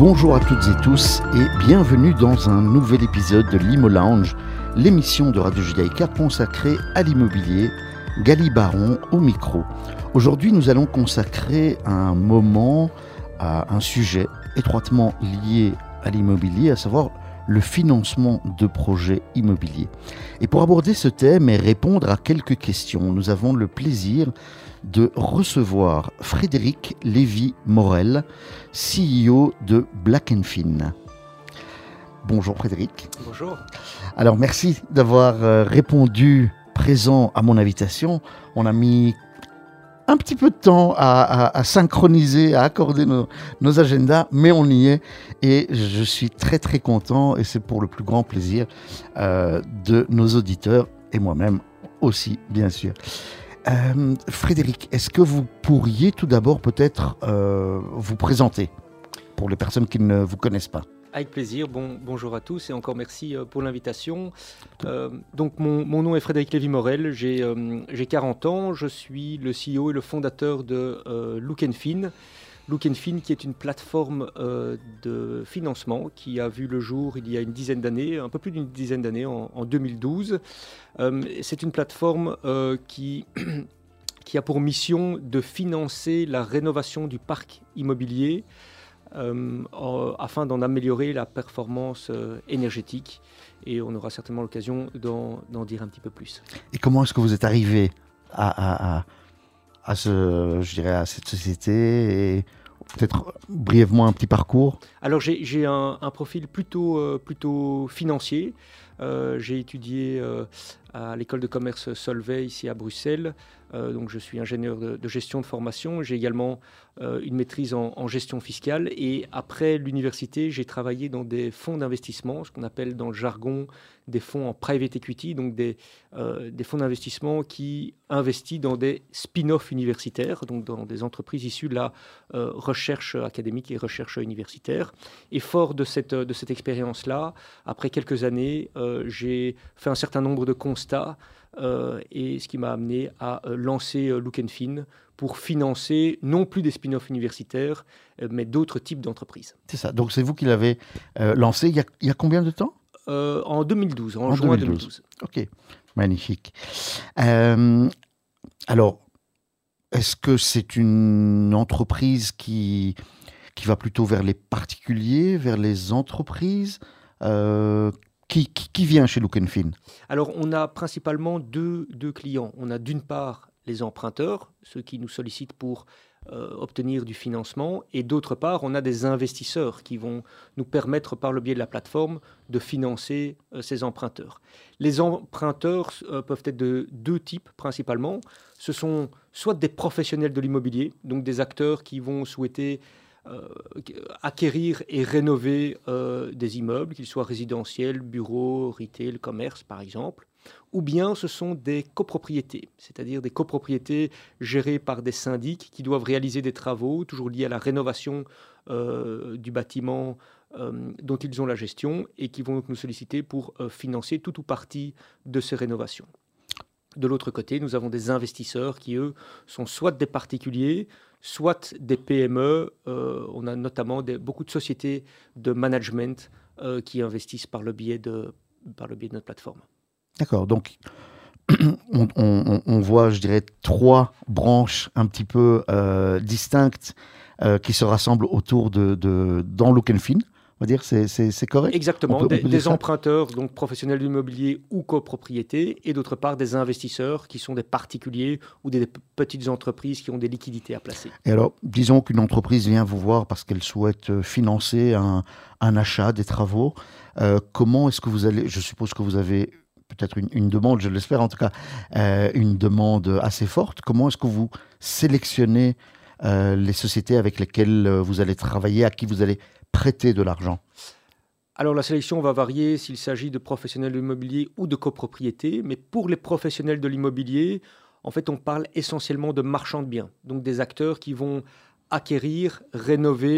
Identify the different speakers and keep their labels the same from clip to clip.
Speaker 1: Bonjour à toutes et tous et bienvenue dans un nouvel épisode de l'Imo Lounge, l'émission de Radio Judaïka consacrée à l'immobilier. Gali Baron au micro. Aujourd'hui, nous allons consacrer un moment à un sujet étroitement lié à l'immobilier, à savoir le financement de projets immobiliers. Et pour aborder ce thème et répondre à quelques questions, nous avons le plaisir de recevoir Frédéric Lévy-Morel, CEO de Black & Fin. Bonjour Frédéric.
Speaker 2: Bonjour.
Speaker 1: Alors merci d'avoir répondu présent à mon invitation. On a mis un petit peu de temps à synchroniser, à accorder nos agendas, mais on y est et je suis très très content et c'est pour le plus grand plaisir de nos auditeurs et moi-même aussi bien sûr. Frédéric, est-ce que vous pourriez tout d'abord peut-être vous présenter pour les personnes qui ne vous connaissent pas?
Speaker 2: Avec plaisir. Bonjour à tous et encore merci pour l'invitation. Donc mon nom est Frédéric Lévy-Morel, j'ai 40 ans, je suis le CEO et le fondateur de Look & Fin. Look & Fin qui est une plateforme de financement qui a vu le jour il y a une dizaine d'années, un peu plus d'une dizaine d'années, en 2012. C'est une plateforme qui a pour mission de financer la rénovation du parc immobilier afin d'en améliorer la performance énergétique. Et on aura certainement l'occasion d'en dire un petit peu plus.
Speaker 1: Et comment est-ce que vous êtes arrivé à cette société et peut-être brièvement un petit parcours?
Speaker 2: Alors j'ai un profil plutôt financier. J'ai étudié à l'école de commerce Solvay ici à Bruxelles. Donc je suis ingénieur de gestion de formation. J'ai également une maîtrise en gestion fiscale. Et après l'université, j'ai travaillé dans des fonds d'investissement, ce qu'on appelle dans le jargon des fonds en private equity, donc des fonds d'investissement qui investissent dans des spin-offs universitaires, donc dans des entreprises issues de la recherche académique et recherche universitaire. Et fort de cette expérience-là, après quelques années, j'ai fait un certain nombre de constats et ce qui m'a amené à lancer Look & Fin pour financer non plus des spin-offs universitaires, mais d'autres types d'entreprises.
Speaker 1: C'est ça, donc c'est vous qui l'avez lancé il y a combien de temps?
Speaker 2: En 2012, en juin 2012.
Speaker 1: Ok, magnifique. Alors, est-ce que c'est une entreprise qui va plutôt vers les particuliers, vers les entreprises qui vient chez Look & Fin?
Speaker 2: Alors, on a principalement deux clients. On a d'une part les emprunteurs, ceux qui nous sollicitent pour obtenir du financement, et d'autre part, on a des investisseurs qui vont nous permettre, par le biais de la plateforme, de financer ces emprunteurs. Les emprunteurs peuvent être de deux types principalement. Ce sont soit des professionnels de l'immobilier, donc des acteurs qui vont souhaiter acquérir et rénover des immeubles, qu'ils soient résidentiels, bureaux, retail, commerce par exemple, ou bien ce sont des copropriétés, c'est-à-dire des copropriétés gérées par des syndics qui doivent réaliser des travaux, toujours liés à la rénovation du bâtiment dont ils ont la gestion et qui vont donc nous solliciter pour financer tout ou partie de ces rénovations. De l'autre côté, nous avons des investisseurs qui, eux, sont soit des particuliers, soit des PME. On a notamment beaucoup de sociétés de management qui investissent par le biais de notre plateforme.
Speaker 1: D'accord, donc on voit, je dirais, trois branches un petit peu distinctes qui se rassemblent autour dans Look & Fin. On va dire, c'est correct?
Speaker 2: Exactement, des emprunteurs, donc professionnels de l'immobilier ou copropriétés, et d'autre part des investisseurs qui sont des particuliers ou des petites entreprises qui ont des liquidités à placer.
Speaker 1: Et alors, disons qu'une entreprise vient vous voir parce qu'elle souhaite financer un achat, des travaux. Comment est-ce que vous allez, je suppose que vous avez peut-être une demande, je l'espère en tout cas, une demande assez forte. Comment est-ce que vous sélectionnez les sociétés avec lesquelles vous allez travailler, à qui vous allez prêter de l'argent?
Speaker 2: Alors la sélection va varier s'il s'agit de professionnels de l'immobilier ou de copropriété, mais pour les professionnels de l'immobilier, en fait on parle essentiellement de marchands de biens, donc des acteurs qui vont acquérir, rénover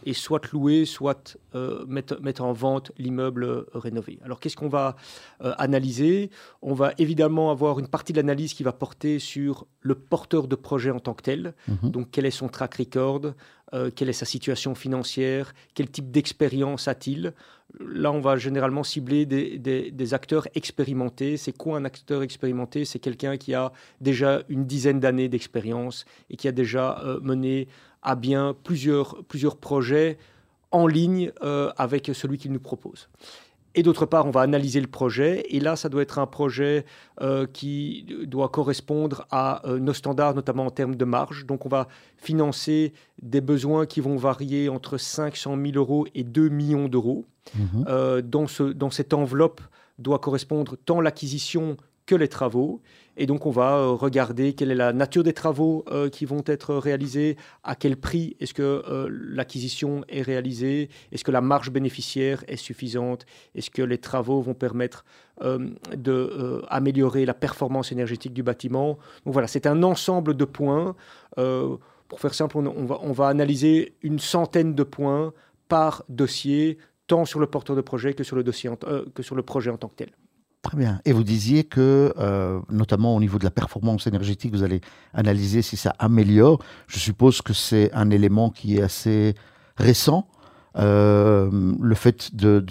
Speaker 2: et soit louer, soit mettre en vente l'immeuble rénové. Alors qu'est-ce qu'on va analyser? On va évidemment avoir une partie de l'analyse qui va porter sur le porteur de projet en tant que tel. Donc quel est son track record, quelle est sa situation financière, quel type d'expérience a-t-il? Là, on va généralement cibler des acteurs expérimentés. C'est quoi un acteur expérimenté? C'est quelqu'un qui a déjà une dizaine d'années d'expérience et qui a déjà mené à bien plusieurs projets en ligne avec celui qu'il nous propose. Et d'autre part, on va analyser le projet. Et là, ça doit être un projet qui doit correspondre à nos standards, notamment en termes de marge. Donc, on va financer des besoins qui vont varier entre 500 000 euros et 2 millions d'euros. Dans cette enveloppe doit correspondre tant l'acquisition que les travaux. Et donc, on va regarder quelle est la nature des travaux qui vont être réalisés, à quel prix est-ce que l'acquisition est réalisée, est-ce que la marge bénéficiaire est suffisante, est-ce que les travaux vont permettre d'améliorer la performance énergétique du bâtiment. Donc voilà, c'est un ensemble de points. Pour faire simple, on va analyser une centaine de points par dossier, tant sur le porteur de projet que sur le projet en tant que tel.
Speaker 1: Très bien. Et vous disiez que, notamment au niveau de la performance énergétique, vous allez analyser si ça améliore. Je suppose que c'est un élément qui est assez récent. Le fait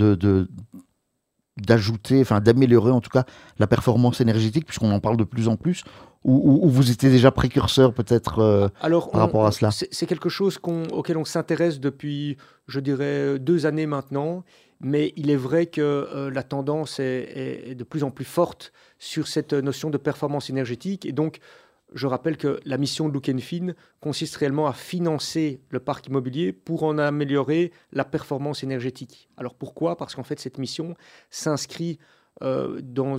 Speaker 1: d'ajouter, enfin d'améliorer en tout cas la performance énergétique, puisqu'on en parle de plus en plus, ou vous étiez déjà précurseur peut-être par rapport à cela?
Speaker 2: C'est quelque chose auquel on s'intéresse depuis, je dirais, 2 années maintenant. Mais il est vrai que la tendance est de plus en plus forte sur cette notion de performance énergétique. Et donc, je rappelle que la mission de Look & Feel consiste réellement à financer le parc immobilier pour en améliorer la performance énergétique. Alors pourquoi? Parce qu'en fait, cette mission s'inscrit dans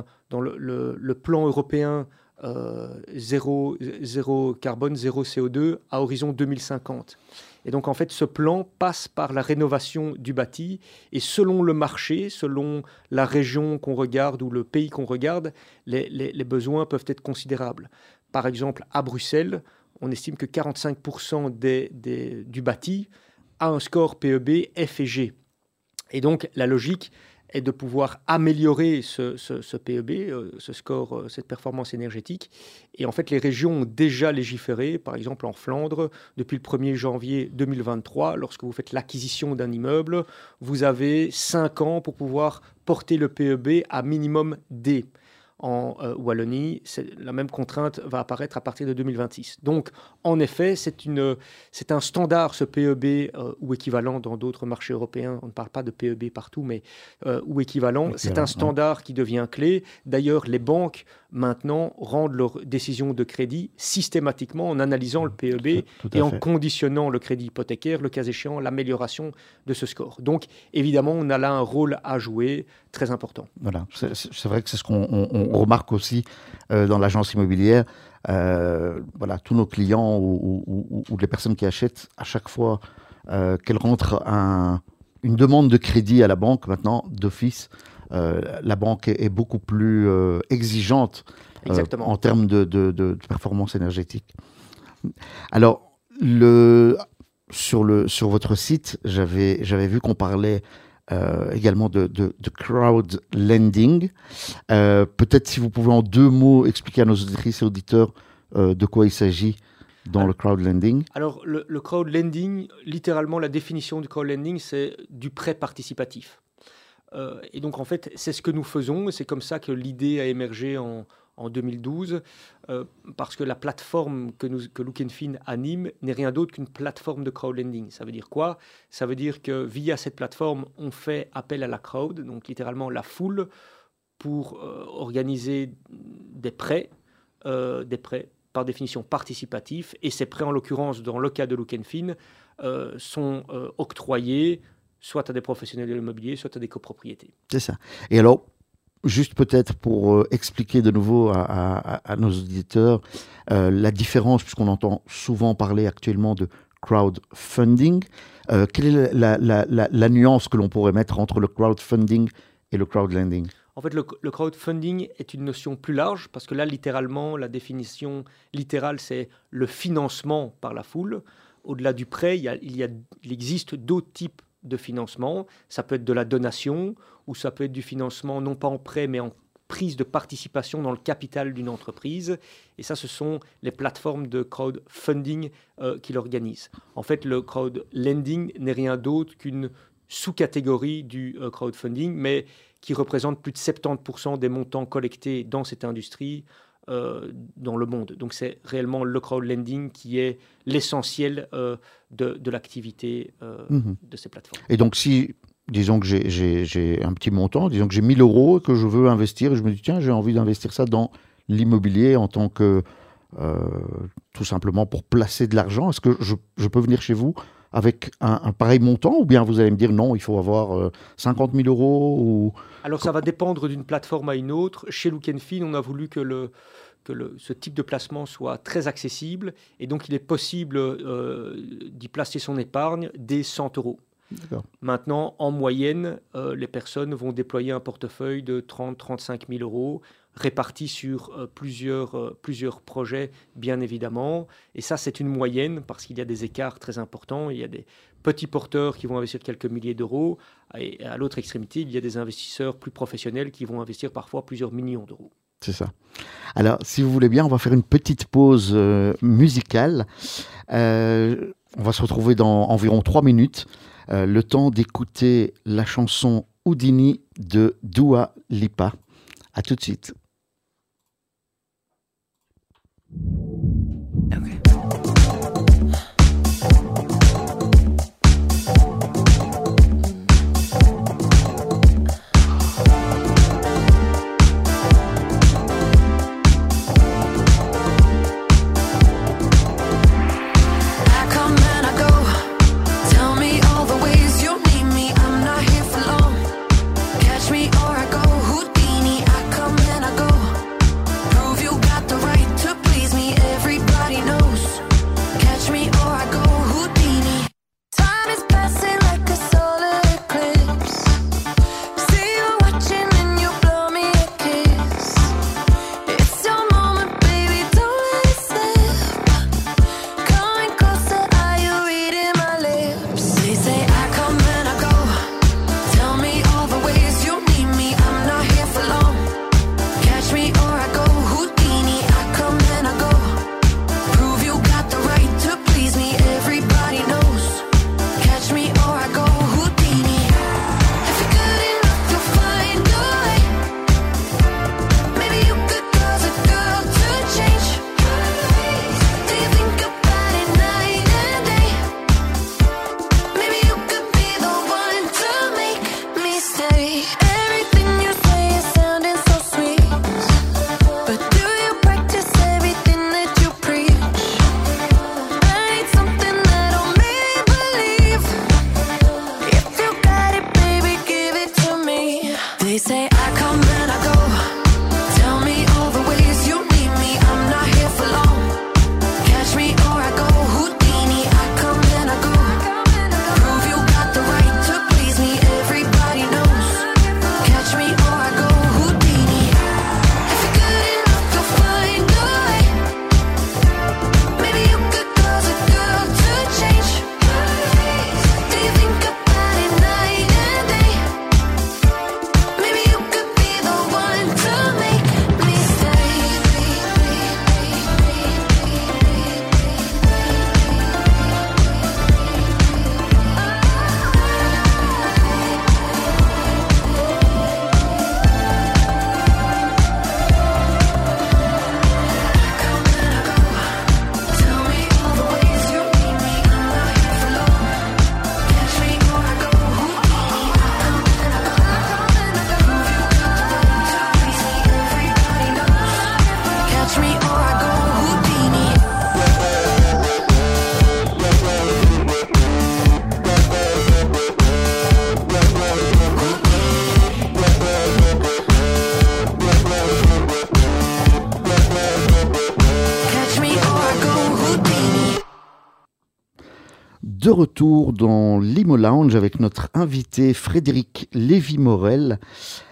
Speaker 2: le plan européen zéro carbone, zéro CO2 à horizon 2050. Et donc, en fait, ce plan passe par la rénovation du bâti. Et selon le marché, selon la région qu'on regarde ou le pays qu'on regarde, les besoins peuvent être considérables. Par exemple, à Bruxelles, on estime que 45% du bâti a un score PEB F et G. Et donc, la logique est de pouvoir améliorer ce PEB, ce score, cette performance énergétique. Et en fait, les régions ont déjà légiféré, par exemple en Flandre, depuis le 1er janvier 2023, lorsque vous faites l'acquisition d'un immeuble, vous avez 5 ans pour pouvoir porter le PEB à minimum D. En Wallonie, la même contrainte va apparaître à partir de 2026. Donc, en effet, c'est un standard, ce PEB, ou équivalent dans d'autres marchés européens. On ne parle pas de PEB partout, mais ou équivalent. C'est un standard qui devient clé. D'ailleurs, les banques, maintenant, rendent leurs décisions de crédit systématiquement en analysant le PEB et en conditionnant le crédit hypothécaire, le cas échéant, l'amélioration de ce score. Donc, évidemment, on a là un rôle à jouer très important.
Speaker 1: Voilà, c'est vrai que c'est ce qu'on remarque aussi dans l'agence immobilière. Voilà, tous nos clients ou les personnes qui achètent, à chaque fois qu'elles rentrent une demande de crédit à la banque, maintenant, d'office, la banque est beaucoup plus exigeante en termes de performance énergétique. Alors, sur votre site, j'avais vu qu'on parlait également de crowd lending. Peut-être si vous pouvez en 2 mots expliquer à nos auditrices et auditeurs de quoi il s'agit dans le crowd lending.
Speaker 2: Alors, le crowd lending, littéralement, la définition du crowd lending, c'est du prêt participatif. Et donc, en fait, c'est ce que nous faisons. C'est comme ça que l'idée a émergé en 2012, parce que la plateforme que Look & Feel anime n'est rien d'autre qu'une plateforme de crowdlending. Ça veut dire quoi? Ça veut dire que via cette plateforme, on fait appel à la crowd, donc littéralement la foule, pour organiser des prêts par définition participatifs. Et ces prêts, en l'occurrence, dans le cas de Look & Feel, sont octroyés soit à des professionnels de l'immobilier, soit à des copropriétés.
Speaker 1: C'est ça. Et alors, juste peut-être pour expliquer de nouveau à nos auditeurs la différence, puisqu'on entend souvent parler actuellement de crowdfunding, quelle est la nuance que l'on pourrait mettre entre le crowdfunding et le crowdlending?
Speaker 2: En fait, le crowdfunding est une notion plus large, parce que là, littéralement, la définition littérale, c'est le financement par la foule. au-delà du prêt, il existe d'autres types de financement. Ça peut être de la donation ou ça peut être du financement non pas en prêt mais en prise de participation dans le capital d'une entreprise. Et ça, ce sont les plateformes de crowdfunding qui l'organisent. En fait, le crowdlending n'est rien d'autre qu'une sous-catégorie du crowdfunding, mais qui représente plus de 70% des montants collectés dans cette industrie dans le monde. Donc c'est réellement le crowdlending qui est l'essentiel de l'activité de ces plateformes.
Speaker 1: Et donc si, disons que j'ai un petit montant, disons que j'ai 1 000 euros et que je veux investir, et je me dis tiens, j'ai envie d'investir ça dans l'immobilier en tant que, tout simplement pour placer de l'argent, est-ce que je peux venir chez vous avec un pareil montant, ou bien vous allez me dire non, il faut avoir 50 000 euros ou...
Speaker 2: Alors ça va dépendre d'une plateforme à une autre. Chez Look & Feel, on a voulu que ce type de placement soit très accessible, et donc il est possible d'y placer son épargne dès 100 euros.
Speaker 1: D'accord.
Speaker 2: Maintenant, en moyenne, les personnes vont déployer un portefeuille de 30-35 000 euros répartis sur plusieurs projets, bien évidemment. Et ça, c'est une moyenne parce qu'il y a des écarts très importants. Il y a des petits porteurs qui vont investir quelques milliers d'euros. Et à l'autre extrémité, il y a des investisseurs plus professionnels qui vont investir parfois plusieurs millions d'euros.
Speaker 1: C'est ça. Alors, si vous voulez bien, on va faire une petite pause musicale. On va se retrouver dans environ 3 minutes. Le temps d'écouter la chanson Houdini de Dua Lipa. À tout de suite.
Speaker 3: Okay.
Speaker 1: De retour dans l'Imo Lounge avec notre invité Frédéric Lévy-Morel.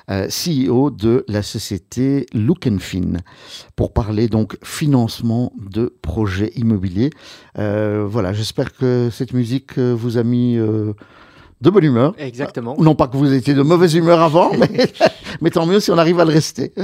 Speaker 1: CEO de la société Look & Fin, pour parler donc financement de projets immobiliers. Voilà, j'espère que cette musique vous a mis de bonne humeur.
Speaker 2: Exactement.
Speaker 1: Non pas que vous étiez de mauvaise humeur avant, mais tant mieux si on arrive à le rester.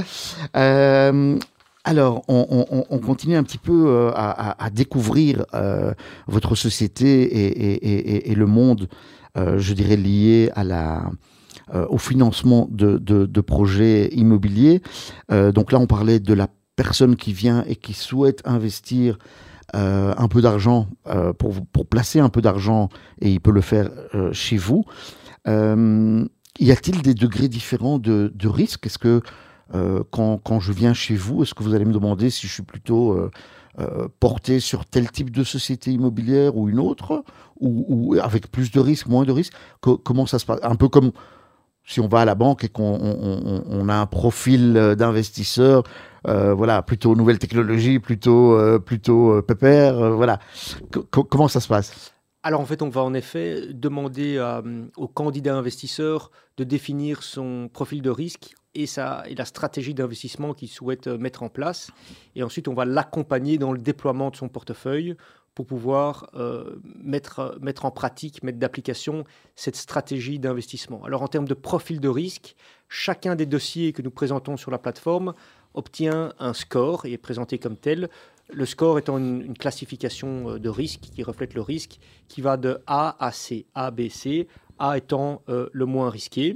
Speaker 1: Alors, on continue un petit peu à découvrir votre société et le monde, je dirais, lié au financement de projets immobiliers. Donc là, on parlait de la personne qui vient et qui souhaite investir un peu d'argent pour placer un peu d'argent, et il peut le faire chez vous. Y a-t-il des degrés différents de risque? Est-ce que quand je viens chez vous, est-ce que vous allez me demander si je suis plutôt porté sur tel type de société immobilière ou une autre, ou avec plus de risques, moins de risques? Comment ça se passe? Un peu comme si on va à la banque et qu'on a un profil d'investisseur, voilà, plutôt nouvelle technologie, plutôt pépère, voilà. Comment ça se passe?
Speaker 2: Alors en fait, on va en effet demander au candidat investisseur de définir son profil de risque et la stratégie d'investissement qu'il souhaite mettre en place. Et ensuite, on va l'accompagner dans le déploiement de son portefeuille pour pouvoir mettre en pratique, mettre d'application cette stratégie d'investissement. Alors en termes de profil de risque, chacun des dossiers que nous présentons sur la plateforme obtient un score et est présenté comme tel. Le score étant une classification de risque qui reflète le risque, qui va de A à C, A, B, C, A étant le moins risqué.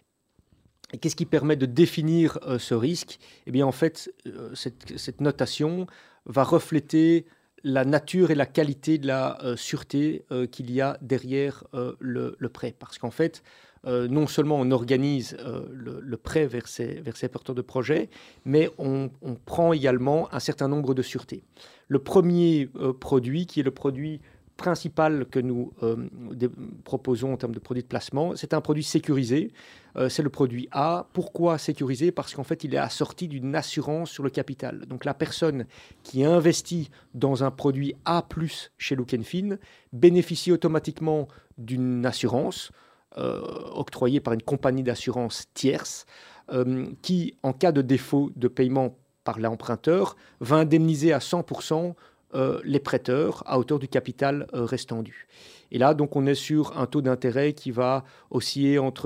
Speaker 2: Et qu'est-ce qui permet de définir ce risque? Eh bien, en fait, cette notation va refléter la nature et la qualité de la sûreté qu'il y a derrière le prêt. Parce qu'en fait, non seulement on organise le prêt vers ces porteurs de projets, mais on prend également un certain nombre de sûretés. Le premier produit, qui est le produit principal que nous proposons en termes de produit de placement, c'est un produit sécurisé. C'est le produit A. Pourquoi sécurisé? Parce qu'en fait, il est assorti d'une assurance sur le capital. Donc, la personne qui investit dans un produit A+, chez Look & Fin, bénéficie automatiquement d'une assurance octroyée par une compagnie d'assurance tierce qui, en cas de défaut de paiement par l'emprunteur, va indemniser à 100% les prêteurs à hauteur du capital restant dû. Et là, donc, on est sur un taux d'intérêt qui va osciller entre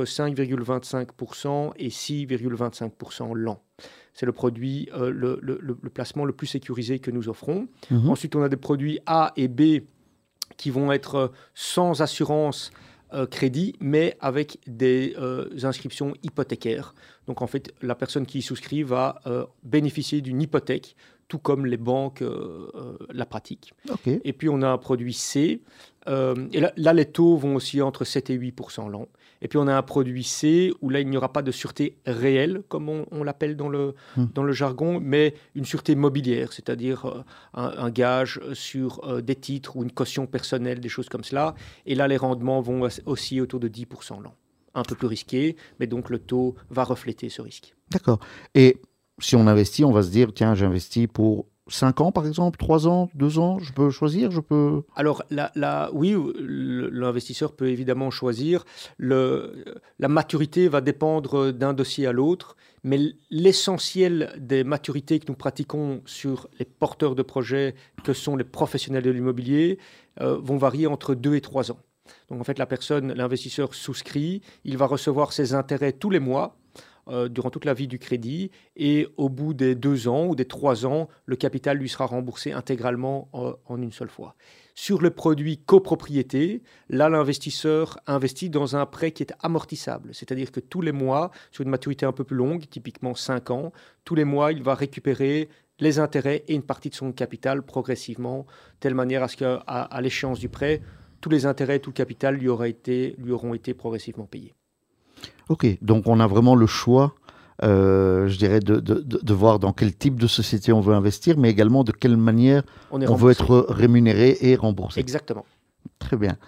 Speaker 2: 5,25% et 6,25% l'an. C'est le produit, le placement le plus sécurisé que nous offrons. Mmh. Ensuite, on a des produits A et B qui vont être sans assurance crédit, mais avec des inscriptions hypothécaires. Donc, en fait, la personne qui y souscrit va bénéficier d'une hypothèque, tout comme les banques la pratiquent. Okay. Et puis, on a un produit C. Et là, les taux vont aussi entre 7 et 8% l'an. Et puis, on a un produit C où là, il n'y aura pas de sûreté réelle, comme on l'appelle dans le jargon, mais une sûreté mobilière, c'est-à-dire un gage sur des titres ou une caution personnelle, des choses comme cela. Et là, les rendements vont osciller autour de 10% l'an. Un peu plus risqué, mais donc le taux va refléter ce risque.
Speaker 1: D'accord. Et si on investit, on va se dire, tiens, j'investis pour 5 ans, par exemple, 3 ans, 2 ans, je peux choisir,
Speaker 2: Alors, oui, l'investisseur peut évidemment choisir. La maturité va dépendre d'un dossier à l'autre, mais l'essentiel des maturités que nous pratiquons sur les porteurs de projets, que sont les professionnels de l'immobilier, vont varier entre 2 et 3 ans. Donc, en fait, l'investisseur souscrit, il va recevoir ses intérêts tous les mois, durant toute la vie du crédit, et au bout des 2 ans ou des 3 ans, le capital lui sera remboursé intégralement en une seule fois. Sur le produit copropriété, là, l'investisseur investit dans un prêt qui est amortissable, c'est-à-dire que tous les mois, sur une maturité un peu plus longue, typiquement 5 ans, tous les mois, il va récupérer les intérêts et une partie de son capital progressivement, de telle manière à ce qu'à l'échéance du prêt, tous les intérêts, tout le capital lui auront été progressivement payés.
Speaker 1: Ok, donc on a vraiment le choix, je dirais, de voir dans quel type de société on veut investir, mais également de quelle manière on veut être rémunéré et remboursé.
Speaker 2: Exactement.
Speaker 1: Très bien.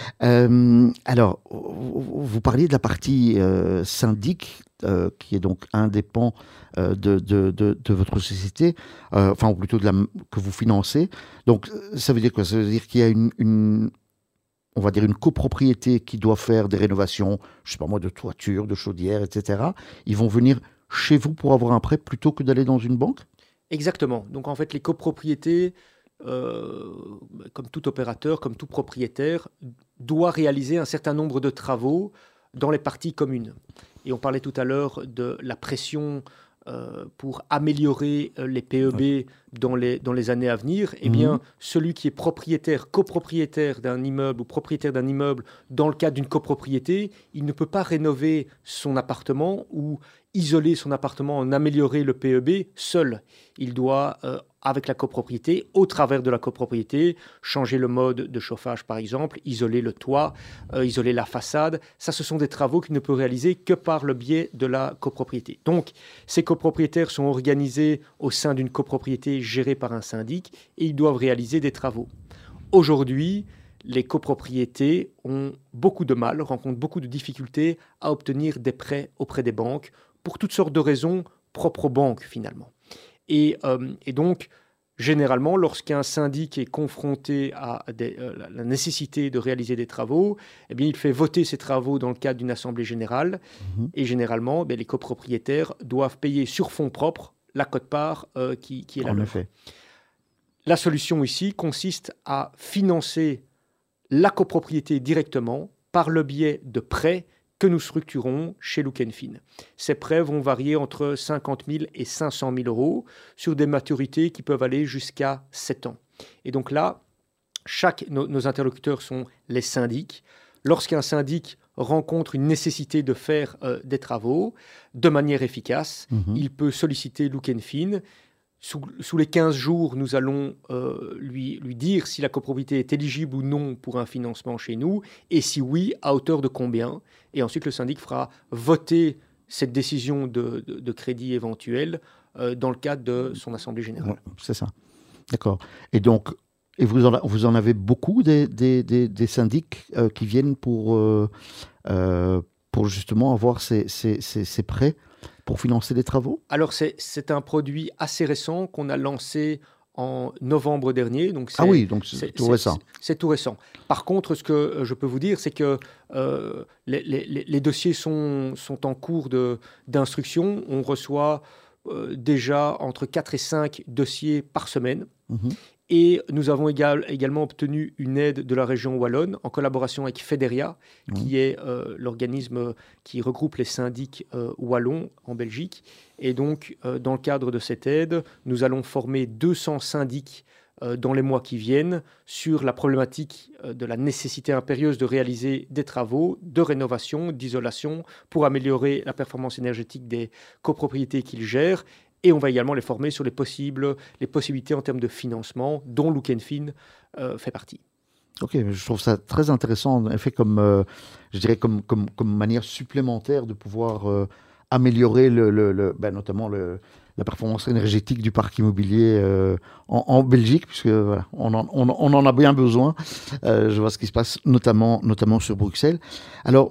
Speaker 1: Alors, vous parliez de la partie syndic, qui est donc un des pans de votre société, enfin, ou plutôt que vous financez. Donc, ça veut dire quoi? Ça veut dire qu'il y a on va dire, une copropriété qui doit faire des rénovations, je ne sais pas moi, de toiture, de chaudière, etc., ils vont venir chez vous pour avoir un prêt plutôt que d'aller dans une banque?
Speaker 2: Exactement. Donc en fait, les copropriétés, comme tout opérateur, comme tout propriétaire, doit réaliser un certain nombre de travaux dans les parties communes. Et on parlait tout à l'heure de la pression pour améliorer les PEB dans les années à venir. Eh bien, celui qui est propriétaire, copropriétaire d'un immeuble ou propriétaire d'un immeuble dans le cadre d'une copropriété, il ne peut pas rénover son appartement ou isoler son appartement, en améliorer le PEB seul. Il doit, avec la copropriété, au travers de la copropriété, changer le mode de chauffage par exemple, isoler le toit, isoler la façade. Ça, ce sont des travaux qu'il ne peut réaliser que par le biais de la copropriété. Donc, ces copropriétaires sont organisés au sein d'une copropriété gérée par un syndic et ils doivent réaliser des travaux. Aujourd'hui, les copropriétés ont beaucoup de mal, rencontrent beaucoup de difficultés à obtenir des prêts auprès des banques pour toutes sortes de raisons propres aux banques finalement. Et donc, généralement, lorsqu'un syndic est confronté à la nécessité de réaliser des travaux, eh bien, il fait voter ces travaux dans le cadre d'une assemblée générale. Et généralement, les copropriétaires doivent payer sur fonds propres la quote-part qui est la leur.
Speaker 1: En effet.
Speaker 2: La solution ici consiste à financer la copropriété directement par le biais de prêts que nous structurons chez Look & Feel. Ces prêts vont varier entre 50 000 et 500 000 euros sur des maturités qui peuvent aller jusqu'à 7 ans. Et donc là, nos interlocuteurs sont les syndics. Lorsqu'un syndic rencontre une nécessité de faire des travaux de manière efficace, il peut solliciter Look & Feel. Sous les 15 jours, nous allons lui dire si la copropriété est éligible ou non pour un financement chez nous, et si oui, à hauteur de combien. Et ensuite, le syndic fera voter cette décision de crédit éventuel dans le cadre de son assemblée générale.
Speaker 1: Ouais, c'est ça. D'accord. Et donc, vous en avez beaucoup des syndics qui viennent pour justement avoir ces prêts pour financer les travaux?
Speaker 2: Alors, c'est un produit assez récent qu'on a lancé en novembre dernier. Donc
Speaker 1: c'est tout récent.
Speaker 2: C'est tout récent. Par contre, ce que je peux vous dire, c'est que les dossiers sont en cours d'instruction. On reçoit déjà entre 4 et 5 dossiers par semaine. Et nous avons également obtenu une aide de la région Wallonne en collaboration avec Federia, qui est l'organisme qui regroupe les syndics wallons en Belgique. Et donc, dans le cadre de cette aide, nous allons former 200 syndics dans les mois qui viennent sur la problématique de la nécessité impérieuse de réaliser des travaux de rénovation, d'isolation pour améliorer la performance énergétique des copropriétés qu'ils gèrent. Et on va également les former sur les possibilités en termes de financement, dont Look & Feel fait partie.
Speaker 1: Ok, je trouve ça très intéressant, en effet, je dirais comme manière supplémentaire de pouvoir améliorer notamment la performance énergétique du parc immobilier en Belgique, puisque voilà, on en a bien besoin. Je vois ce qui se passe notamment sur Bruxelles. Alors,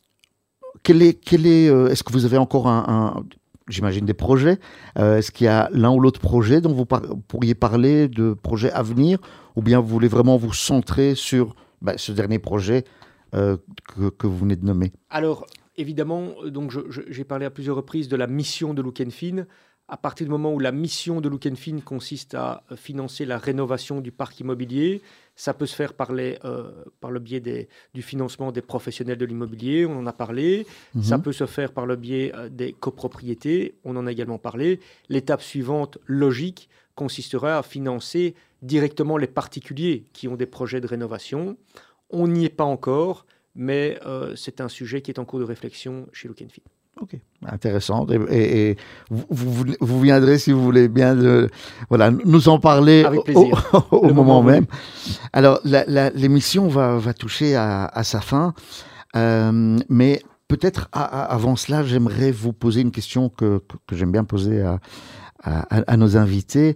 Speaker 1: est-ce que vous avez encore j'imagine des projets. Est-ce qu'il y a l'un ou l'autre projet dont vous pourriez parler, de projets à venir, ou bien vous voulez vraiment vous centrer sur ce dernier projet que vous venez de nommer?
Speaker 2: Alors, évidemment, donc j'ai parlé à plusieurs reprises de la mission de Look & Feel. À partir du moment où la mission de Look & Feel consiste à financer la rénovation du parc immobilier, ça peut se faire par le biais du financement des professionnels de l'immobilier, on en a parlé. Ça peut se faire par le biais des copropriétés, on en a également parlé. L'étape suivante, logique, consisterait à financer directement les particuliers qui ont des projets de rénovation. On n'y est pas encore, mais c'est un sujet qui est en cours de réflexion chez Look & Feel.
Speaker 1: Ok, intéressant. Et vous viendrez, si vous voulez bien, nous en parler au moment même. Alors, l'émission va toucher à sa fin, mais peut-être avant cela, j'aimerais vous poser une question que j'aime bien poser à nos invités.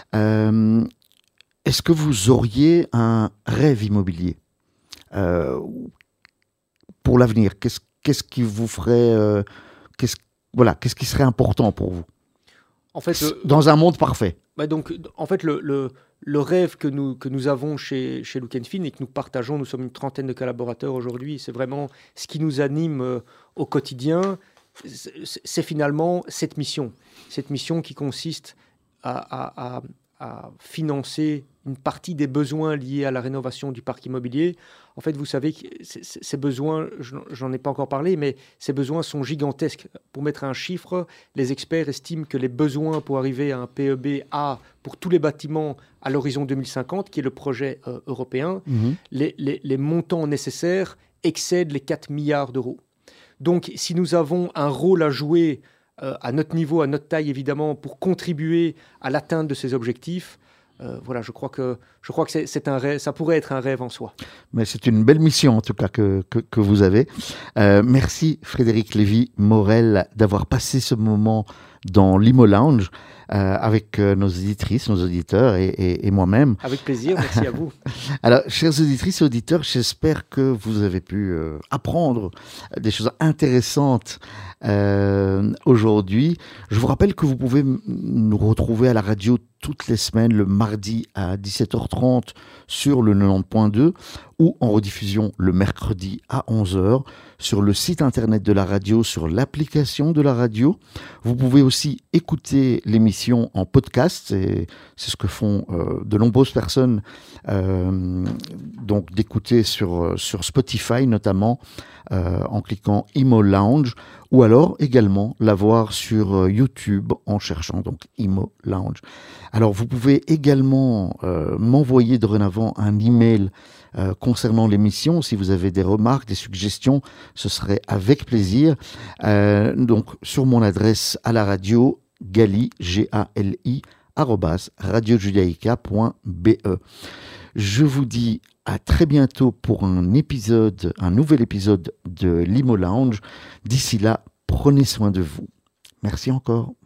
Speaker 1: Est-ce que vous auriez un rêve immobilier pour l'avenir? Qu'est-ce qui vous ferait... Qu'est-ce qui serait important pour vous?
Speaker 2: En fait,
Speaker 1: dans un monde parfait.
Speaker 2: Donc, en fait, le rêve que nous avons chez Look & Feel et que nous partageons, nous sommes une trentaine de collaborateurs aujourd'hui, c'est vraiment ce qui nous anime au quotidien, c'est finalement cette mission qui consiste à financer une partie des besoins liés à la rénovation du parc immobilier. En fait, vous savez que ces besoins, j'en ai pas encore parlé, mais ces besoins sont gigantesques. Pour mettre un chiffre, les experts estiment que les besoins pour arriver à un PEB A pour tous les bâtiments à l'horizon 2050, qui est le projet européen, les montants nécessaires excèdent les 4 milliards d'euros. Donc, si nous avons un rôle à jouer à notre niveau, à notre taille évidemment, pour contribuer à l'atteinte de ces objectifs, je crois que c'est un rêve, ça pourrait être un rêve en soi.
Speaker 1: Mais c'est une belle mission en tout cas que vous avez. Merci Frédéric Lévy-Morel d'avoir passé ce moment dans l'Imo Lounge avec nos auditrices, nos auditeurs et moi-même.
Speaker 2: Avec plaisir, merci à vous.
Speaker 1: Alors, chères auditrices et auditeurs, j'espère que vous avez pu apprendre des choses intéressantes aujourd'hui. Je vous rappelle que vous pouvez nous retrouver à la radio toutes les semaines, le mardi à 17h30 sur le 90.2 ou en rediffusion le mercredi à 11h sur le site internet de la radio, sur l'application de la radio. Vous pouvez aussi écouter l'émission en podcast, et c'est ce que font de nombreuses personnes, donc d'écouter sur Spotify notamment, en cliquant Imo Lounge, ou alors également la voir sur YouTube en cherchant donc Imo Lounge. Alors vous pouvez également m'envoyer dorénavant un email concernant l'émission. Si vous avez des remarques, des suggestions, ce serait avec plaisir. Donc sur mon adresse à la radio, gali, G-A-L-I, @radiojudaica.be. Je vous dis à très bientôt pour un nouvel épisode de l'Imo Lounge. D'ici là, prenez soin de vous. Merci encore.